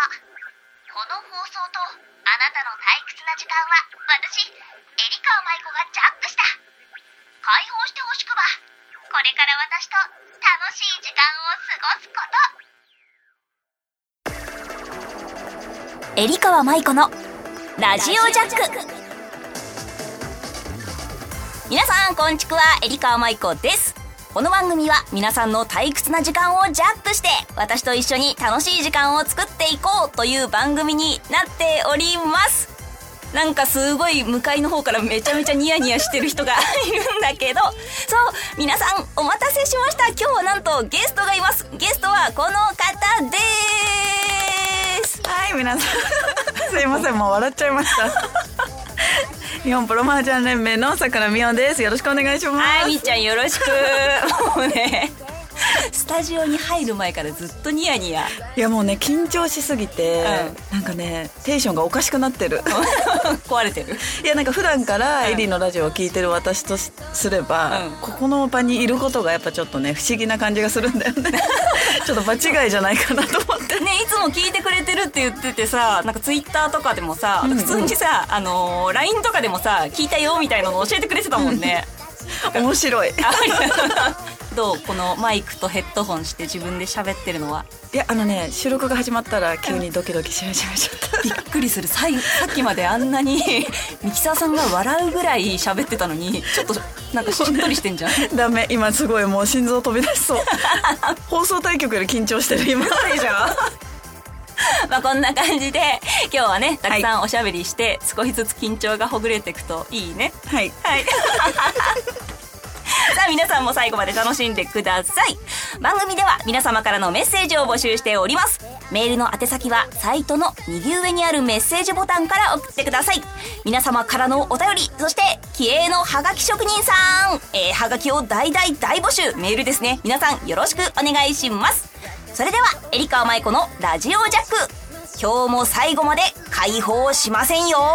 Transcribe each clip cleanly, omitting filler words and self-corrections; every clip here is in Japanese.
この放送とあなたの退屈な時間は私、エリカ舞子がジャックした。解放してほしくば、これから私と楽しい時間を過ごすこと。エリカ舞子のラジオジャック。皆さんこんちくは、エリカ舞子です。この番組は皆さんの退屈な時間をジャックして、私と一緒に楽しい時間を作っていこうという番組になっております。なんかすごい向かいの方からめちゃめちゃニヤニヤしてる人がいるんだけど、そう、皆さんお待たせしました。今日はなんとゲストがいます。ゲストはこの方です。 はい、皆さんすいません、もう笑っちゃいました日本プロ麻雀連盟の桜美桜です。よろしくお願いします。 はい、みっちゃんよろしくもうね、スタジオに入る前からずっとニヤニヤ。 いやもうね、緊張しすぎて、なんかねテンションがおかしくなってる壊れてる。 いやなんか普段からエリーのラジオを聞いてる私とすれば、ここの場にいることがやっぱちょっとね不思議な感じがするんだよねちょっと場違いじゃないかなと思ってね。いつも聞いてくれてるって言っててさ、なんかツイッターとかでもさ、普通にさ、LINE とかでもさ、聞いたよみたいなの教えてくれてたもんね面白いどう、このマイクとヘッドホンして自分で喋ってるのは。 いや収録が始まったら急にドキドキし始めちゃったびっくりする。さっきまであんなにミキサーさんが笑うぐらい喋ってたのに、ちょっとなんかしっとりしてんじゃんダメ、今すごいもう心臓飛び出しそう放送対局より緊張してる今でしょまあこんな感じで今日はね、たくさんおしゃべりして、少しずつ緊張がほぐれていくといいね。 はいはいさあ皆さんも最後まで楽しんでください。番組では皆様からのメッセージを募集しております。メールの宛先はサイトの右上にあるメッセージボタンから送ってください。皆様からのお便り、そして気鋭のハガキ職人さん、ハガキを大募集。メールですね。皆さんよろしくお願いします。それではエリカ舞子のラジオジャック、今日も最後まで解放しませんよ。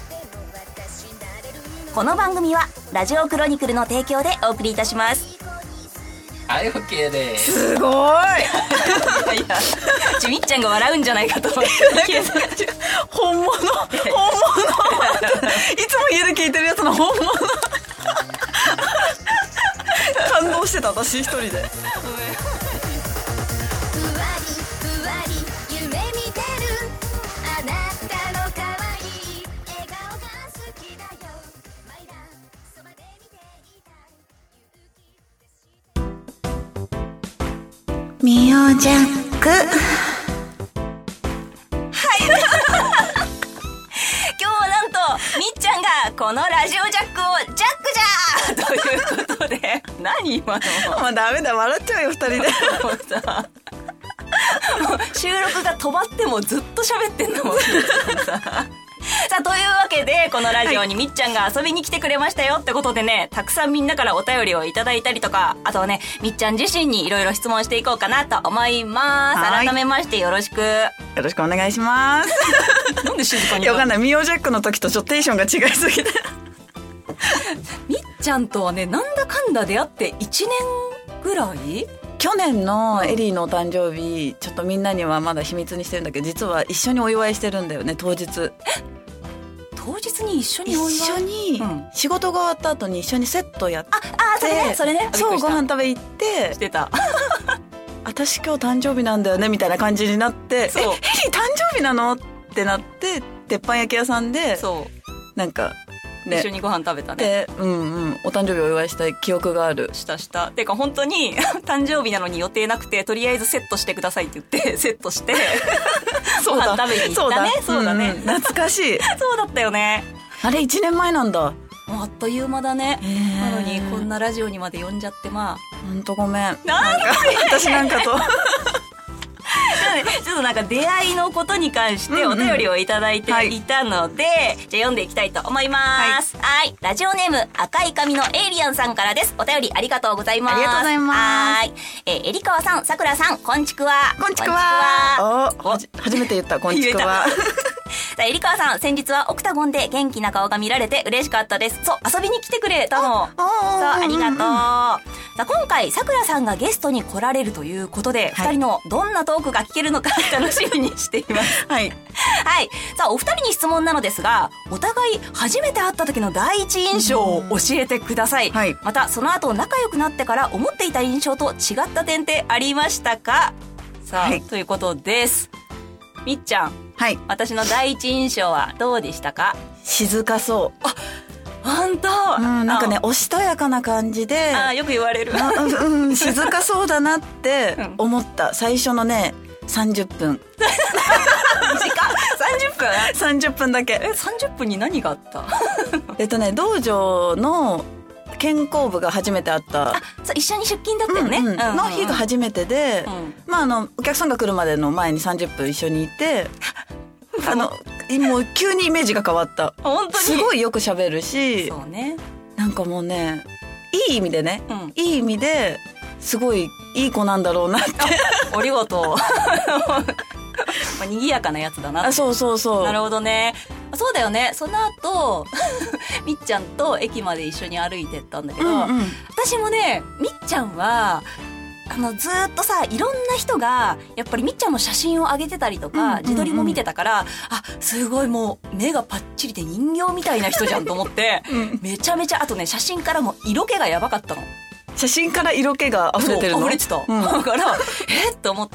この番組はラジオクロニクルの提供でお送りいたします。 はい、OK です。 すごいいやみっちゃんが笑うんじゃないかと思って本物いつも家で聞いてるやつの本物感動してた私一人でミオジャック。はい今日はなんとみっちゃんがこのラジオジャックをジャックじゃーということで何今のもうダメだ、笑っちゃうよ二人でもうさもう収録が止まってもずっと喋ってんだもんさあというわけでこのラジオにみっちゃんが遊びに来てくれましたよってことでね、たくさんみんなからお便りをいただいたりとか、あとはねみっちゃん自身にいろいろ質問していこうかなと思います。改めましてよろしくお願いしますなんで静かにわかんない、ミオジャックの時とちょっとテンションが違いすぎてみっちゃんとはね、なんだかんだ出会って1年ぐらい。 去年のエリーのお誕生日、ちょっとみんなにはまだ秘密にしてるんだけど、実は一緒にお祝いしてるんだよね、当日。 当日に一緒にお祝い？ 一緒に、仕事が終わった後に一緒にセットやって、 それねそう、ご飯食べ行ってしてた私今日誕生日なんだよねみたいな感じになって、 そう、 エリー誕生日なのってなって、鉄板焼き屋さんでそうなんかね、 一緒にご飯食べたね。 で、お誕生日お祝いしたい記憶がある。 したてか本当に誕生日なのに予定なくて、とりあえずセットしてくださいって言ってセットしてご飯食べに行ったね。そうだね、 懐かしいそうだったよね。 あれ1年前なんだ。 もうあっという間だね。なのにこんなラジオにまで呼んじゃって、まあほんとごめん、 なんか私なんかとちょっとなんか出会いのことに関してお便りをいただいていたので、じゃあ読んでいきたいと思います。はい、ラジオネーム赤い髪のエイリアンさんからです。お便りありがとうございます。 ありがとうございます。 はい、エリカワさん、さくらさん、こんちくわ。 こんちくわ。初めて言った、こんちくわさあ、エリカワさん、先日はオクタゴンで元気な顔が見られて嬉しかったです。そう、遊びに来てくれたの。そう、ありがとう。さあ、今回、さくらさんがゲストに来られるということで、二人のどんなトークが聞けるのか楽しみにしています。 はい。 はい。さあ、お二人に質問なのですが、お互い初めて会った時の第一印象を教えてください。 はい。 また、その後仲良くなってから思っていた印象と違った点ってありましたか？さあ、はい、ということです。みっちゃん。 はい。 私の第一印象はどうでしたか？ 静かそう。 あ、本当。 なんかね、おしとやかな感じで。 よく言われる。 静かそうだなって思った。最初のね、30分。 短っ。 30分だけ。 30分に何があった？ 道場の健康部が初めて会った。 そう、一緒に出勤だったよね。 の日が初めてで、お客さんが来るまでの前に30分一緒にいて、もう急にイメージが変わった。 本当にすごいよく喋るし、 そうね。なんかもうね、いい意味でね、いい意味ですごいいい子なんだろうなって。 ありがとう。賑やかなやつだな。 そうそうそう。 なるほどね。そうだよね。その後みっちゃんと駅まで一緒に歩いてったんだけど、私もね、みっちゃんはずーっとさ、いろんな人がやっぱりみっちゃんの写真を上げてたりとか、自撮りも見てたから、すごいもう目がパッチリで人形みたいな人じゃんと思って、めちゃめちゃ、あとね、写真からも色気がやばかったの。 写真から色気が溢れてるの？ 溢れてた。だから、と思って、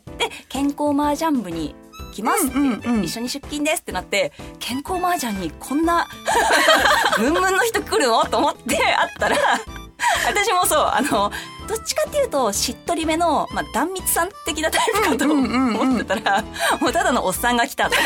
で、健康麻雀部に来ますって言って、一緒に出勤ですってなって、健康麻雀にこんなムンムンの人来るのと思って会ったら、私もそう、どっちかっていうとしっとりめの、壇蜜さん的なタイプかと思ってたら、もうただのおっさんが来たって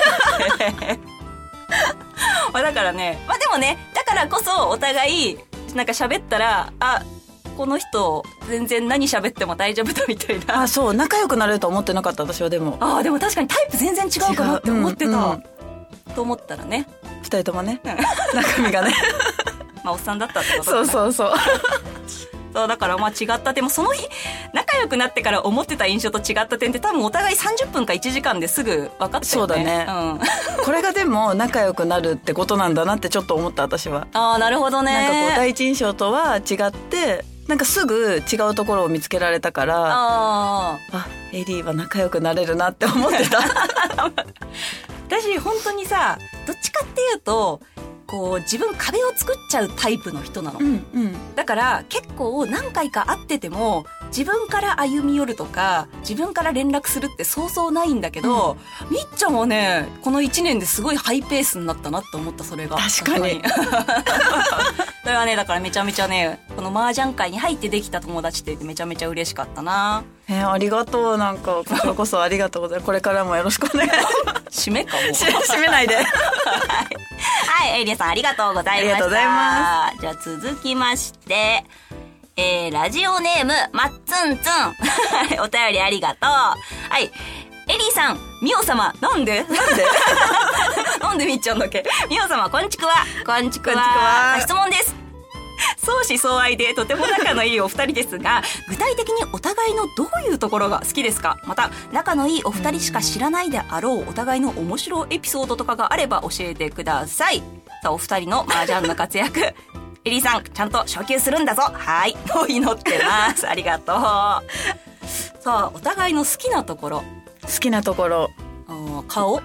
だからね、でもね、だからこそお互いなんか喋ったら、この人全然何喋っても大丈夫だみたいな。 そう、仲良くなれると思ってなかった私は。でもでも確かにタイプ全然違うかなって思ってた、と思ったらね、 2人ともね、中身がねおっさんだったってことだね。 そうそうだから違った点も、その日仲良くなってから思ってた印象と違った点って多分お互い30分か1時間ですぐ分かったよね。 そうだね、これがでも仲良くなるってことなんだなってちょっと思った私は。 なるほどね。 なんかこう第一印象とは違って、なんかすぐ違うところを見つけられたから、エリーは仲良くなれるなって思ってた私本当にさ、どっちかっていうとこう自分壁を作っちゃうタイプの人なの、だから結構何回か会ってても自分から歩み寄るとか自分から連絡するってそうそうないんだけど、みっちゃんはね、この1年ですごいハイペースになったなって思った。それが確かにそれはね、だからめちゃめちゃね、この麻雀会に入ってできた友達ってめちゃめちゃ嬉しかったな。 ありがとう。なんかこちらこそありがとうございます。これからもよろしくお願いします締めかも締めないではい、 エイリーさんありがとうございました。 ありがとうございます。 じゃあ続きましてラジオネームまっつんつんお便りありがとう。はい、エリーさん、ミオ様、なんでなんでみっちゃんだけ。ミオ様、こんちくわ。こんちくわ。質問です。相思相愛でとても仲のいいお二人ですが、具体的にお互いのどういうところが好きですか？また、仲のいいお二人しか知らないであろうお互いの面白いエピソードとかがあれば教えてください。さあ、お二人の麻雀の活躍エリーさん、ちゃんと昇級するんだぞ。はい、もう祈ってますありがとう。さあ、お互いの好きなところ。 好きなところ、 顔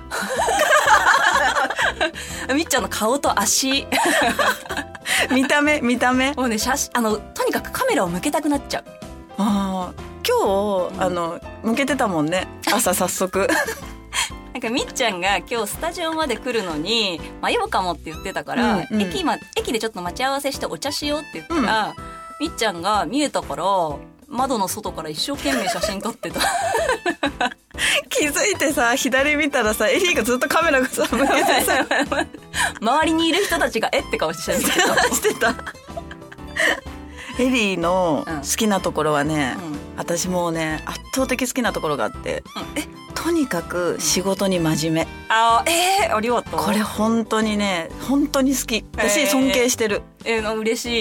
みっちゃんの顔と足見た目もうね、とにかくカメラを向けたくなっちゃう。 今日、向けてたもんね、朝早速なんかみっちゃんが今日スタジオまで来るのに迷うかもって言ってたから、駅でちょっと待ち合わせしてお茶しようって言ったら、みっちゃんが見えたから窓の外から一生懸命写真撮ってた気づいてさ、左見たらさ、エリーがずっとカメラがさ向けてさ周りにいる人たちがって顔してしてたエリーの好きなところはね、私もうね、圧倒的好きなところがあって、とにかく仕事に真面目。 ありがとう。 これ本当にね、本当に好き。私尊敬してる。 嬉しい。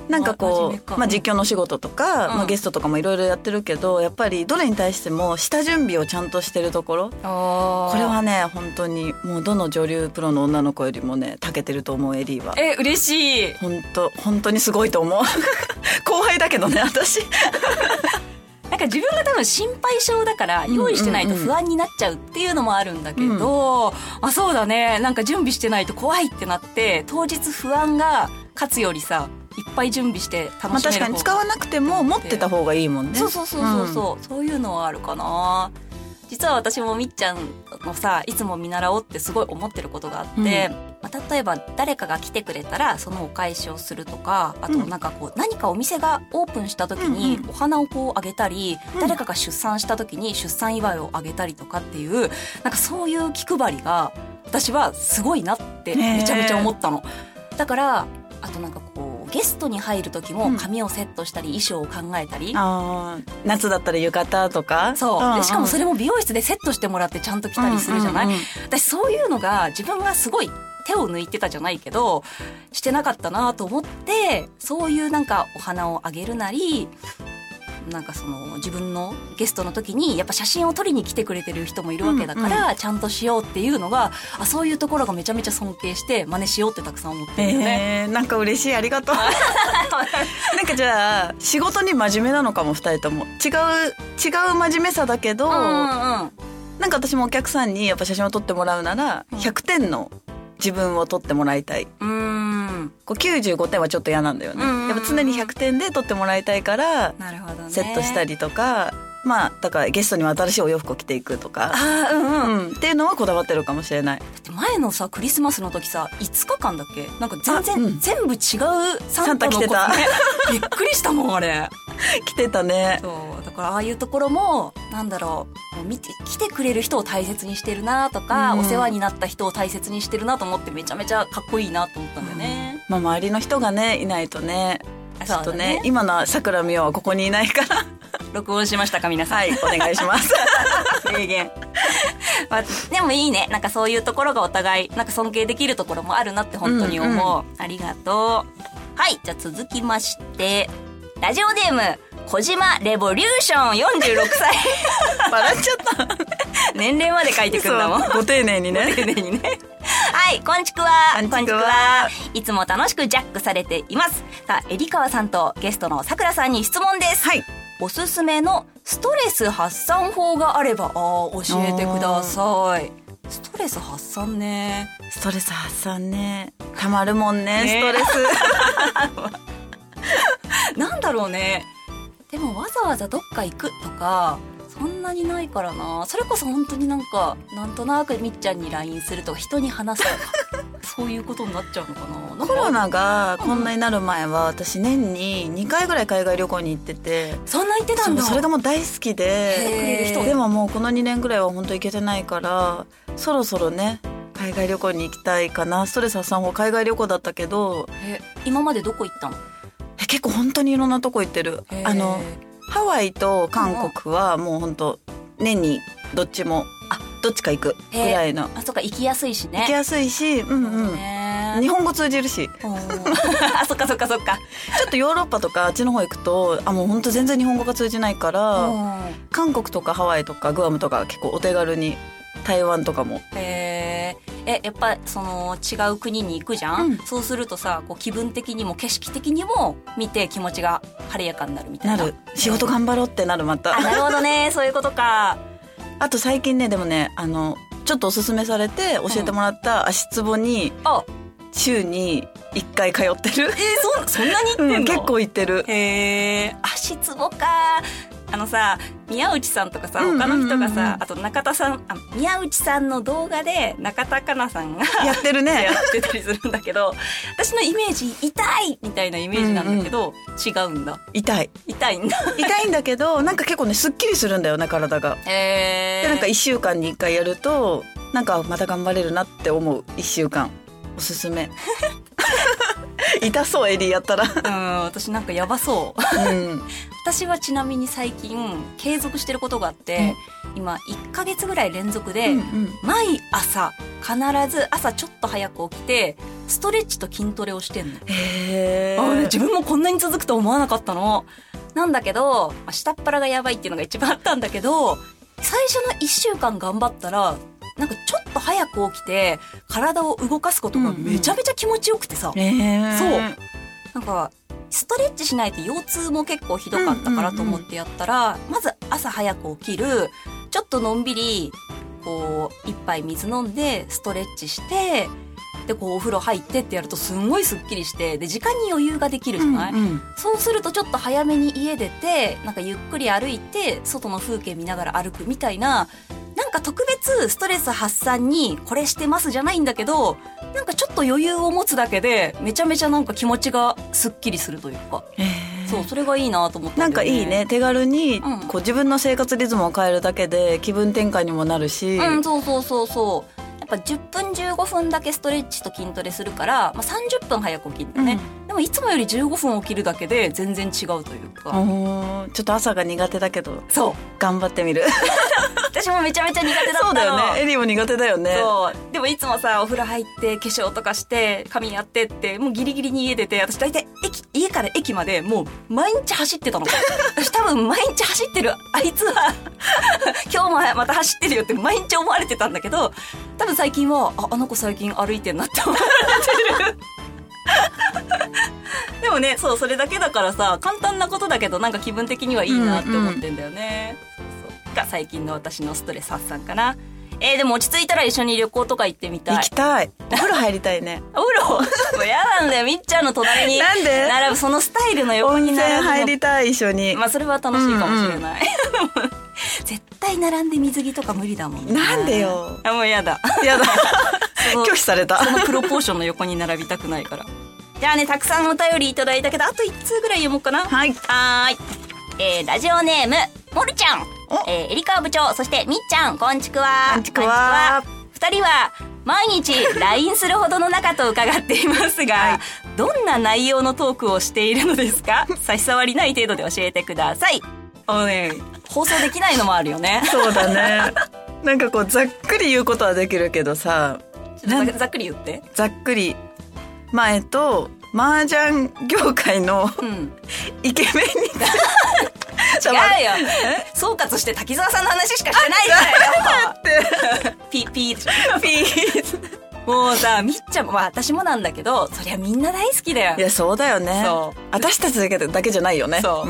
なんかこう、実況の仕事とか、ゲストとかもいろいろやってるけど、やっぱりどれに対しても下準備をちゃんとしてるところ、これはね本当にもうどの女流プロの女の子よりもね長けてると思う。エリーは嬉しい。 本当にすごいと思う後輩だけどね私なんか自分が多分心配性だから用意してないと不安になっちゃうっていうのもあるんだけど、そうだね、なんか準備してないと怖いってなって当日不安が勝つよりさ、いっぱい準備して楽しめる方が、 確かに使わなくても持ってた方がいいもんね。 そういうのはあるかな。実は私もみっちゃんのさ、いつも見習おうってすごい思ってることがあって、例えば誰かが来てくれたらそのお返しをするとか、あとなんかこう何かお店がオープンした時にお花をこうあげたり、誰かが出産した時に出産祝いをあげたりとかっていう、なんかそういう気配りが私はすごいなってめちゃめちゃ思ったの。だからあとなんかこうゲストに入る時も髪をセットしたり衣装を考えたり、 夏だったら浴衣とか、 そうでしかもそれも美容室でセットしてもらってちゃんと着たりするじゃない。私そういうのが自分がすごい手を抜いてたじゃないけどしてなかったなと思って、そういうなんかお花をあげるなり、なんかその自分のゲストの時にやっぱ写真を撮りに来てくれてる人もいるわけだから、ちゃんとしようっていうのが、そういうところがめちゃめちゃ尊敬して真似しようってたくさん思ってるよね。 なんか嬉しい、ありがとうなんかじゃあ仕事に真面目なのかも、2人とも違う真面目さだけど、なんか私もお客さんにやっぱ写真を撮ってもらうなら100点の自分を撮ってもらいたい。こう95点はちょっと嫌なんだよね。やっぱ常に100点で撮ってもらいたいから、 なるほどね、 セットしたりとか、だからゲストには新しいお洋服を着ていくとか、っていうのはこだわってるかもしれない。 だって前のさクリスマスの時さ5日間だっけ、なんか全部違うサンタの子、 来てたびっくりしたもんあれ来てたね。 そうだからああいうところもなんだろう、来てくれる人を大切にしてるなとか、お世話になった人を大切にしてるなと思ってめちゃめちゃかっこいいなと思ったんだよね。 周りの人がねいないとね、ちょっとね今のさくらみおはここにいないから録音しましたか皆さん。 はい、お願いします名言でもいいね、なんかそういうところがお互いなんか尊敬できるところもあるなって本当に思う、ありがとう。はい、じゃあ続きましてラジオネーム小島レボリューション46歳笑っちゃった年齢まで書いてくんだもん。 ご丁寧にね。 ご丁寧にねはい、こんちくわ。 こんちくわ。 いつも楽しくジャックされています。さあ、えりかわさんとゲストのさくらさんに質問です。 はい。 おすすめのストレス発散法があれば教えてください。ストレス発散ね。 ストレス発散ね。たまるもんね、ストレス。なんだろうね。でもわざわざどっか行くとかそんなにないからな。それこそ本当になんかなんとなくみっちゃんに LINE するとか人に話すとかそういうことになっちゃうのかな。 コロナがこんなになる前は私年に2回ぐらい海外旅行に行ってて。 そんな行ってたんだ。 それがもう大好きで、でももうこの2年ぐらいは本当行けてないから、そろそろね海外旅行に行きたいかな。ストレス発散法海外旅行だったけど。 今までどこ行ったの？ 結構本当にいろんなとこ行ってる。ハワイと韓国はもう本当年にどっちもどっちか行くぐらいの。 そっか、行きやすいしね。 行きやすいし、日本語通じるしそっかそっかそっか。 ちょっとヨーロッパとかあっちの方行くともう本当全然日本語が通じないから、韓国とかハワイとかグアムとか結構お手軽に、台湾とかも。 やっぱその違う国に行くじゃん、そうするとさこう気分的にも景色的にも見て気持ちが晴れやかになるみたいな。 なる。仕事頑張ろうってなる。またなるほどねそういうことか。 あと最近ねでもねちょっとおすすめされて教えてもらった足つぼに週に1回通ってる。 そんなに行ってんの？ 結構行ってる。 足つぼか。さ宮内さんとかさ他の人がさ、あと中田さん、宮内さんの動画で中田香菜さんがやってるねやってたりするんだけど私のイメージ痛いみたいなイメージなんだけど、違うんだ。 痛いんだ痛いんだけどなんか結構ねすっきりするんだよね体が。でなんか1週間に1回やるとなんかまた頑張れるなって思う。1週間おすすめ痛そうエリーやったら。 私なんかやばそう、 うん、 私はちなみに最近継続してることがあって、今1ヶ月ぐらい連続で、毎朝必ず朝ちょっと早く起きてストレッチと筋トレをしてんの。自分もこんなに続くと思わなかったの。なんだけど下っ腹がやばいっていうのが一番あったんだけど、最初の1週間頑張ったらなんかちょっと早く起きて体を動かすことがめちゃめちゃ気持ちよくてさ、そうなんかストレッチしないと腰痛も結構ひどかったからと思ってやったら、まず朝早く起きる、ちょっとのんびりこう一杯水飲んでストレッチして、でこうお風呂入ってってやるとすんごいスッキリして、で時間に余裕ができるじゃない、そうするとちょっと早めに家出てなんかゆっくり歩いて外の風景見ながら歩くみたいな、なんか特別ストレス発散にこれしてますじゃないんだけど、なんかちょっと余裕を持つだけでめちゃめちゃなんか気持ちがすっきりするというか、そうそれがいいなと思ったんだよね。なんかいいね、手軽にこう自分の生活リズムを変えるだけで気分転換にもなるし、そうやっぱ10分15分だけストレッチと筋トレするから、30分早く起きるんだよね、でもいつもより15分起きるだけで全然違うというか、 ちょっと朝が苦手だけどそう頑張ってみる私もめちゃめちゃ苦手だったの。 そうだよね、エリーも苦手だよね。 そうでもいつもさお風呂入って化粧とかして髪やってってもうギリギリに家出て、私大体家から駅までもう毎日走ってたの私多分毎日走ってるあいつは今日もまた走ってるよって毎日思われてたんだけど、多分最近はあの子最近歩いてんなって思われてるでもね、それだけだからさ、簡単なことだけどなんか気分的にはいいなって思ってんだよね、そうが最近の私のストレス発散かな。でも落ち着いたら一緒に旅行とか行ってみたい。 行きたい。お風呂入りたいね。 お風呂もうやなんだよ、みっちゃんの隣になんで並ぶそのスタイルの横に並ぶの。 温泉入りたい、一緒に。 それは楽しいかもしれない、絶対並んで水着とか無理だもんね。 なんでよ。 もうやだ拒否された。 そのプロポーションの横に並びたくないから。じゃあね、たくさんお便りいただいたけど、あと1通ぐらい読もうかな。 はい。 ラジオネームモルちゃん、エリカ部長、そしてみっちゃん、こんちくわ。 こんちくわ。 2人は毎日 LINE するほどの仲と伺っていますが、どんな内容のトークをしているのですか？差し障りない程度で教えてください。放送できないのもあるよね。 そうだね。なんかこうざっくり言うことはできるけどさ、 ざっくり言って。 ざっくり麻雀業界の、イケメンに違うよ。総括して滝沢さんの話しかしてないじゃないよ。ピーでしょ。ピー。もうさ、みっちゃんも、私もなんだけど、そりゃみんな大好きだよ。 いや、そうだよね。私たちだけじゃないよね。 そう。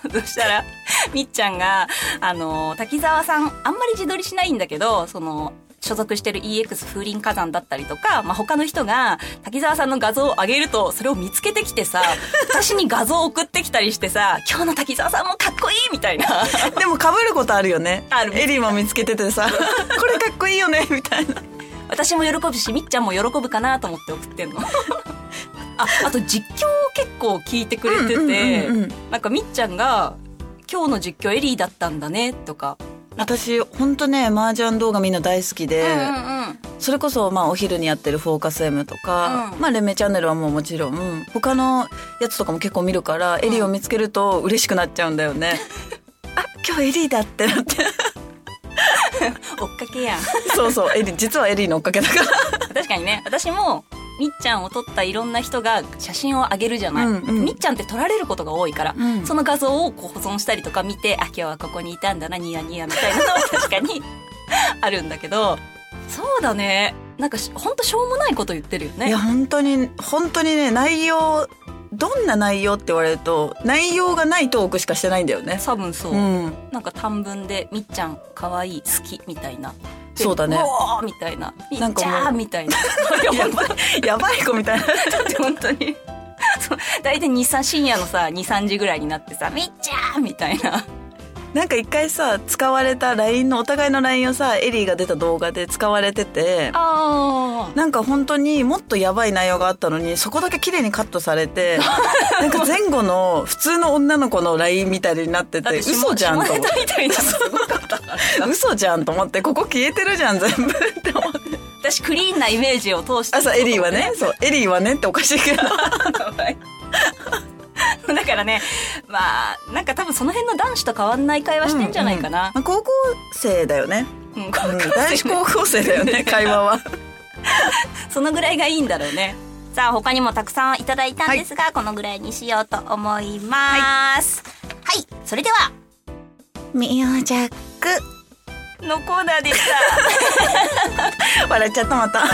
そしたら、みっちゃんが、滝沢さん、あんまり自撮りしないんだけど、所属してる EX 風林火山だったりとか、他の人が滝沢さんの画像を上げるとそれを見つけてきてさ私に画像を送ってきたりしてさ、今日の滝沢さんもかっこいいみたいな。 でも被ることあるよね。ある。エリーも見つけててさこれかっこいいよねみたいな。 私も喜ぶしみっちゃんも喜ぶかなと思って送ってんのあと実況を結構聞いてくれてて、なんかみっちゃんが今日の実況エリーだったんだねとか。 私ほんとね、麻雀動画みんな大好きで、それこそお昼にやってるフォーカス M とか、レメチャンネルはもちろん他のやつとかも結構見るから、エリーを見つけると嬉しくなっちゃうんだよね。あ、今日エリーだってなって追っかけやん。 そうエリー、実はエリーの追っかけだから確かにね、私もみっちゃんを撮ったいろんな人が写真を上げるじゃない、みっちゃんって撮られることが多いから、その画像をこう保存したりとか見て、今日はここにいたんだな、ニヤニヤみたいなのは確かにあるんだけど、そうだね、なんかほんとしょうもないこと言ってるよね。 いや本当にね、内容、どんな内容って言われると内容がないトークしかしてないんだよね。 多分そう、なんか短文でみっちゃんかわいい好きみたいな、 そうだね、 おーみたいな、みっちゃーみたいなやばい子みたいな。 だって本当に大体深夜のさ 2,3 時ぐらいになってさ、みっちゃーみたいな。 なんか一回さ、使われた LINE のお互いの LINE をさ、エリーが出た動画で使われてて、なんか本当にもっとやばい内容があったのに、そこだけ綺麗にカットされてなんか前後の普通の女の子の LINE みたいになってて、嘘じゃんと思って嘘じゃんと思って、ここ消えてるじゃん全部って思って。 私クリーンなイメージを通して、 そうエリーはね、そうエリーはねっておかしいけどだからね、まあなんか多分その辺の男子と変わんない会話してんじゃないかな。 高校生だよね。 男子高校生だよね会話は。 そのぐらいがいいんだろうね。さあ他にもたくさんいただいたんですが、このぐらいにしようと思います。はい、それではミオジャックのコーナーでした笑っちゃったまた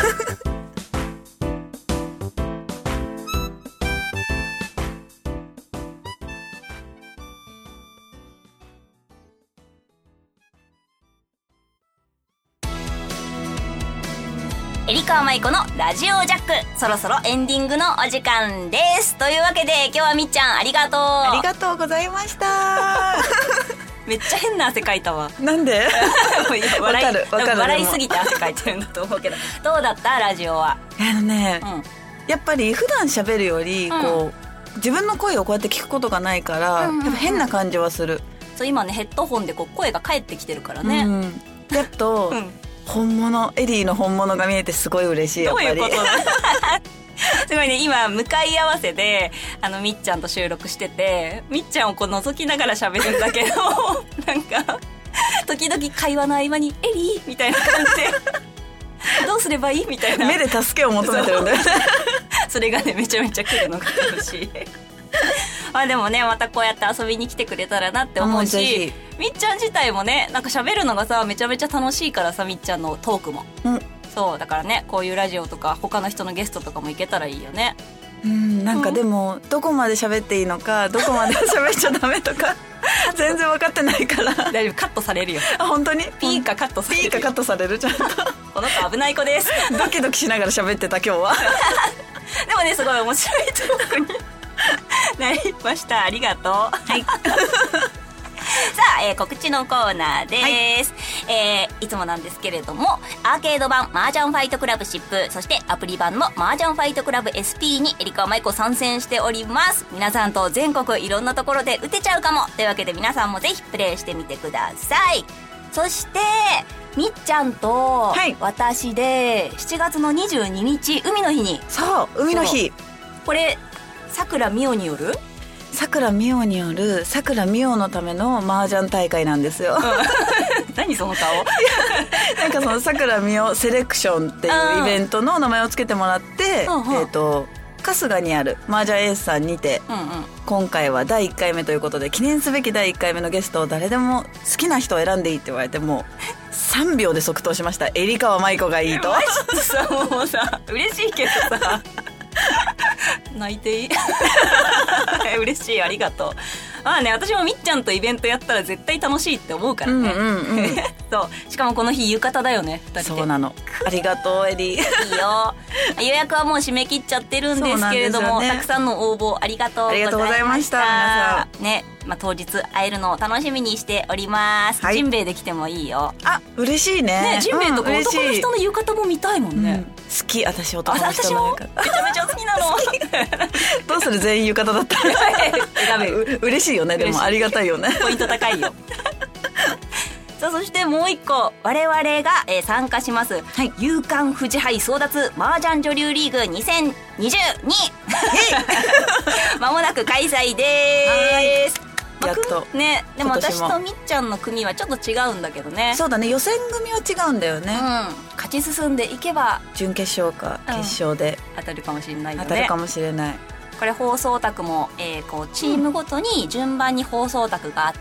エリカワマイコのラジオジャック、そろそろエンディングのお時間です。というわけで今日はみっちゃんありがとう。 ありがとうございましためっちゃ変な汗かいたわ。 なんで笑いすぎて汗かいてるんだと思うけどどうだったラジオは。 やっぱり普段喋るよりこう、自分の声をこうやって聞くことがないから、やっぱ変な感じはする。 そう今ねヘッドホンでこう声が返ってきてるからね、 やっと、本物エリーの本物が見えてすごい嬉しい。やっぱりどういうことすごいね、今向かい合わせでみっちゃんと収録してて、みっちゃんをこう覗きながら喋るんだけどなんか時々会話の合間にエリーみたいな感じでどうすればいいみたいな、 目で助けを求めてるんだよねそれがねめちゃめちゃ来るのが楽しいまあでもねまたこうやって遊びに来てくれたらなって思うし、みっちゃん自体もねなんか喋るのがさめちゃめちゃ楽しいからさ、みっちゃんのトークも、そうだからねこういうラジオとか他の人のゲストとかも行けたらいいよね。 なんかでも、どこまで喋っていいのかどこまで喋っちゃダメとか全然分かってないから大丈夫、カットされるよ。 あ、本当にピーかカットされる。 ピーかカットされるちゃんとこの子危ない子ですドキドキしながら喋ってた今日はでもねすごい面白いトークになりました。ありがとう。はいさあ、告知のコーナーです、いつもなんですけれども、アーケード版麻雀ファイトクラブシップ、そしてアプリ版の麻雀ファイトクラブ SP にエリカワマイコ参戦しております。皆さんと全国いろんなところで打てちゃうかもというわけで、皆さんもぜひプレイしてみてください。そしてみっちゃんと私で7月の22日海の日に、 そう海の日、 これさくらみおによるさくらみおによるさくらみおのための麻雀大会なんですよ、 何その顔なんかそのさくらみおセレクションっていうイベントの名前をつけてもらって、春日にある麻雀エースさんにて、今回は第1回目ということで、記念すべき第1回目のゲストを誰でも好きな人を選んでいいって言われて、もう3秒で即答しました。エリカワマイコがいいと。 マジでさ、もうさ嬉しいけどさ泣いていい嬉しい、ありがとう。まあね、私もみっちゃんとイベントやったら絶対楽しいって思うからね、そうしかもこの日浴衣だよね、2人で。 そうなの。ありがとうエリー。 いいよ予約はもう締め切っちゃってるんですけれども、たくさんの応募ありがとうございました。 ありがとうございました。皆さんね、当日会えるのを楽しみにしております、ジンベエで来てもいいよ。 あ、嬉しいね。 ジンベエとか男の人の浴衣も見たいもんね、 好き。私男の人の浴衣めちゃめちゃ好きなのどうする、全員浴衣だったら嬉しいよね。でもありがたいよね。 ポイント高いよさあ、そしてもう一個我々が、参加します、夕刊富士杯争奪麻雀女流リーグ2022まもなく開催でーす。 やっとね。でも私とみっちゃんの組はちょっと違うんだけどね。 そうだね、予選組は違うんだよね、 勝ち進んでいけば準決勝か決勝で当たるかもしれないよね。 当たるかもしれない。 これ放送卓も、こうチームごとに順番に放送卓があって、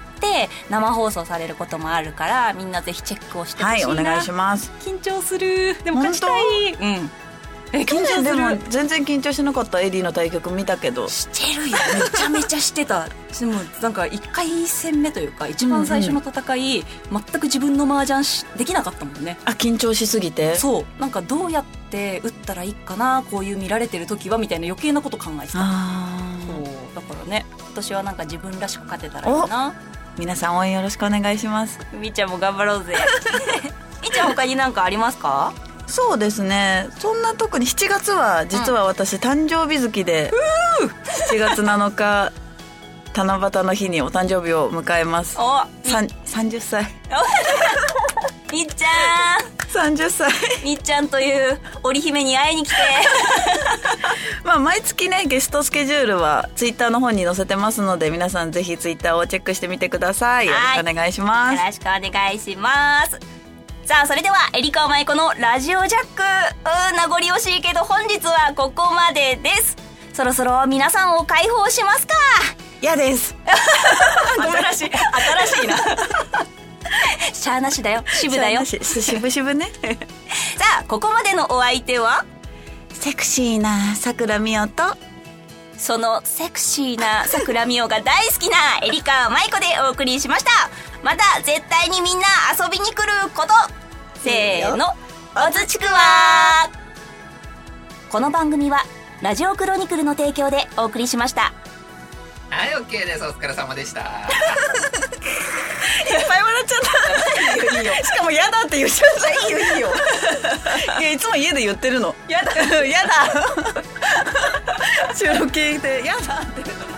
生放送されることもあるから、みんなぜひチェックをしてほしいな。 はい、お願いします。 緊張する。でも勝ちたい。 緊張でも全然緊張しなかった。エリーの対局見たけど。 してるよ、めちゃめちゃしてた。でもなんか1回戦目というか一番最初の戦い、全く自分の麻雀できなかったもんね。 あ、緊張しすぎて。 そう、なんかどうやって打ったらいいかな、こういう見られてる時はみたいな余計なこと考えてた。そうだからね、今年はなんか自分らしく勝てたらいいな。 皆さん応援よろしくお願いします。 みーちゃんも頑張ろうぜみーちゃん他に何かありますか？ そうですね、そんな特に7月は実は私、誕生日月で7月7日七夕の日にお誕生日を迎えます。30歳みっちゃん 30歳。 みっちゃんという織姫に会いに来てまあ毎月ねゲストスケジュールはツイッターの方に載せてますので、皆さんぜひツイッターをチェックしてみてください。よろしくお願いします。 よろしくお願いします。さあそれではエリカ舞子のラジオジャック、名残惜しいけど本日はここまでです。そろそろ皆さんを解放しますか。 嫌です新しいなしゃーなしだよ、渋だよ、 渋々ねさあここまでのお相手はセクシーな桜美代と、 そのセクシーな桜美代が大好きなエリカ舞子でお送りしました。また絶対にみんな遊びに来ること、せーの、おつちくわ。この番組はラジオクロニクルの提供でお送りしました。 はい、OK です。お疲れ様でした。 いっぱい笑っちゃったいいよしかも嫌だって言っちゃった。いいよいやいつも家で言ってるの。嫌だ収録聞いて嫌だって